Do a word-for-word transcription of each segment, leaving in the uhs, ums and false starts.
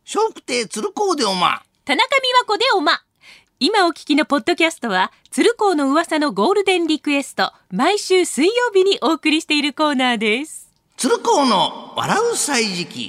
笑福亭鶴光でおま。 田中美和子でおま。今お聞きのポッドキャストは鶴光の噂のゴールデンリクエスト、毎週水曜日にお送りしているコーナーです。 鶴光の笑う歳時記。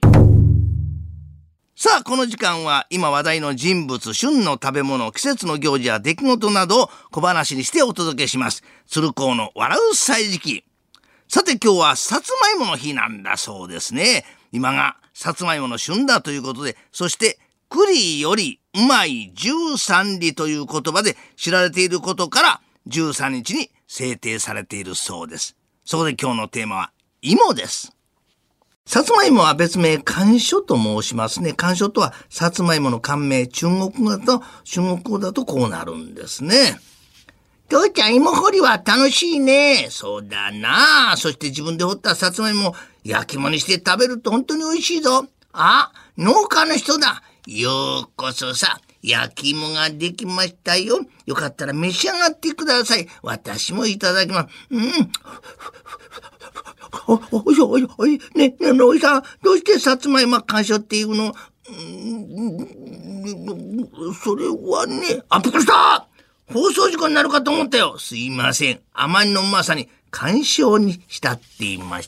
さあ、この時間は今話題の人物、旬の食べ物、季節の行事や出来事などを小話にしてお届けします。鶴光の笑う歳時記。さて、今日はさつまいもの日なんだそうですね。今がさつまいもの旬だということで、そして栗よりうまいじゅうさんりという言葉で知られていることからじゅうさんにちに制定されているそうです。そこで今日のテーマは芋です。さつまいもは別名甘藷と申しますね。甘藷とはさつまいもの甘名、中国語だと中国語だとこうなるんですね。父ちゃん、芋掘りは楽しいね。そうだな。そして自分で掘ったさつまいもを焼き物にして食べると本当に美味しいぞ。あ、農家の人だ。ようこそさ、焼き芋ができましたよ。よかったら召し上がってください。私もいただきます。うん。お、おいおいおい、ね、ね、おいさん、どうしてさつまいも甘藷っていうの？うん、それはね、あ、びっくりした放送事故になるかと思ったよ。すいません。あまりのうまさに甘藷に浸っていました。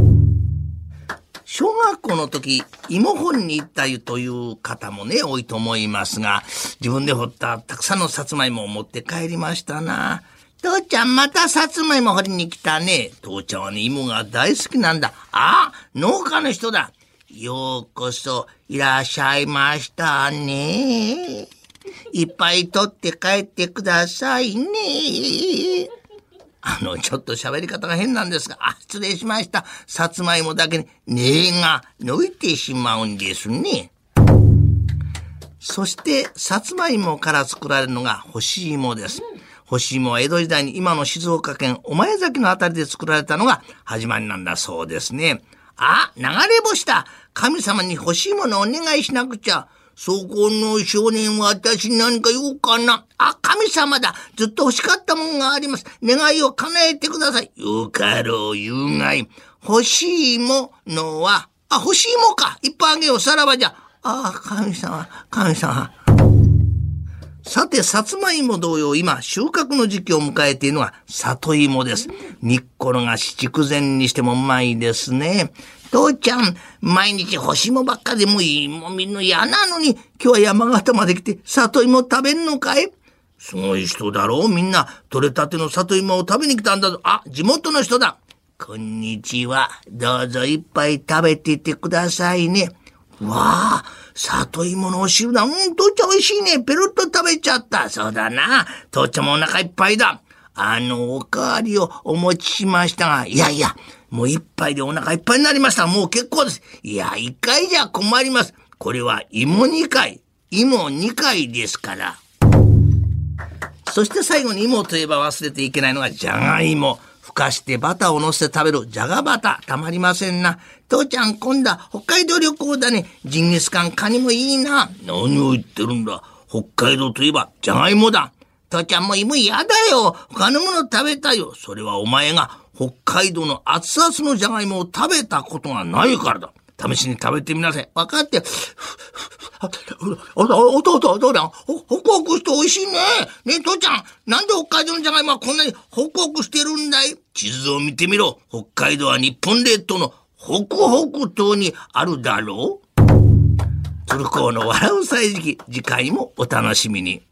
小学校の時、芋掘りに行ったという方もね、多いと思いますが、自分で掘ったたくさんのさつまいもを持って帰りましたな。父ちゃん、またさつまいも掘りに来たね。父ちゃんはね、芋が大好きなんだ。あ、農家の人だ。ようこそいらっしゃいましたね。いっぱい取って帰ってくださいね。あの、ちょっと喋り方が変なんですが、あ、失礼しました。さつまいもだけに根が伸びてしまうんですね。そして、さつまいもから作られるのが干し芋です。干し芋は江戸時代に今の静岡県御前崎のあたりで作られたのが始まりなんだそうですね。あ、流れ星だ。神様に干し芋のお願いしなくちゃ。そこの少年は私に何か言おうかな。あ、神様だ。ずっと欲しかったもんがあります。願いを叶えてください。よかろう、言うがい。欲しいものは、あ、欲しいもか。いっぱいあげよう、さらばじゃ。あ、神様、神様。さて、さつまいも同様、今、収穫の時期を迎えているのが里芋です。煮っころがし筑前にしてもうまいですね。父ちゃん、毎日干し芋ばっかでもいいもみんの嫌なのに、今日は山形まで来て里芋食べんのかい？すごい人だろう。みんな取れたての里芋を食べに来たんだぞ。あ、地元の人だ。こんにちは。どうぞ一杯食べていってくださいね。わあ、里芋のお汁だ。うん、父ちゃん美味しいね。ペロッと食べちゃった。そうだな。父ちゃんもお腹いっぱいだ。あの、おかわりをお持ちしましたが、いやいや、もう一杯でお腹いっぱいになりました。もう結構です。いや、一回じゃ困ります。これは芋二回。芋二回ですから。そして最後に芋といえば忘れていけないのがじゃがいも。ふかしてバターを乗せて食べるじゃがバター。たまりませんな。父ちゃん、今度は北海道旅行だね。ジンギスカンカニもいいな。何を言ってるんだ。北海道といえばじゃがいもだ。父ちゃんも芋嫌だよ。他のもの食べたよ。それはお前が北海道の熱々のじゃがいもを食べたことがないからだ。試しに食べてみなさい。分かって。お、お、お、父ちゃん、ほ、ほくほくして美味しいね。ねえ、父ちゃん、なんで北海道のじゃがいもはこんなにホクホクしてるんだい？地図を見てみろ。北海道は日本列島の北北東にあるだろう。鶴光の笑う歳時記、次回もお楽しみに。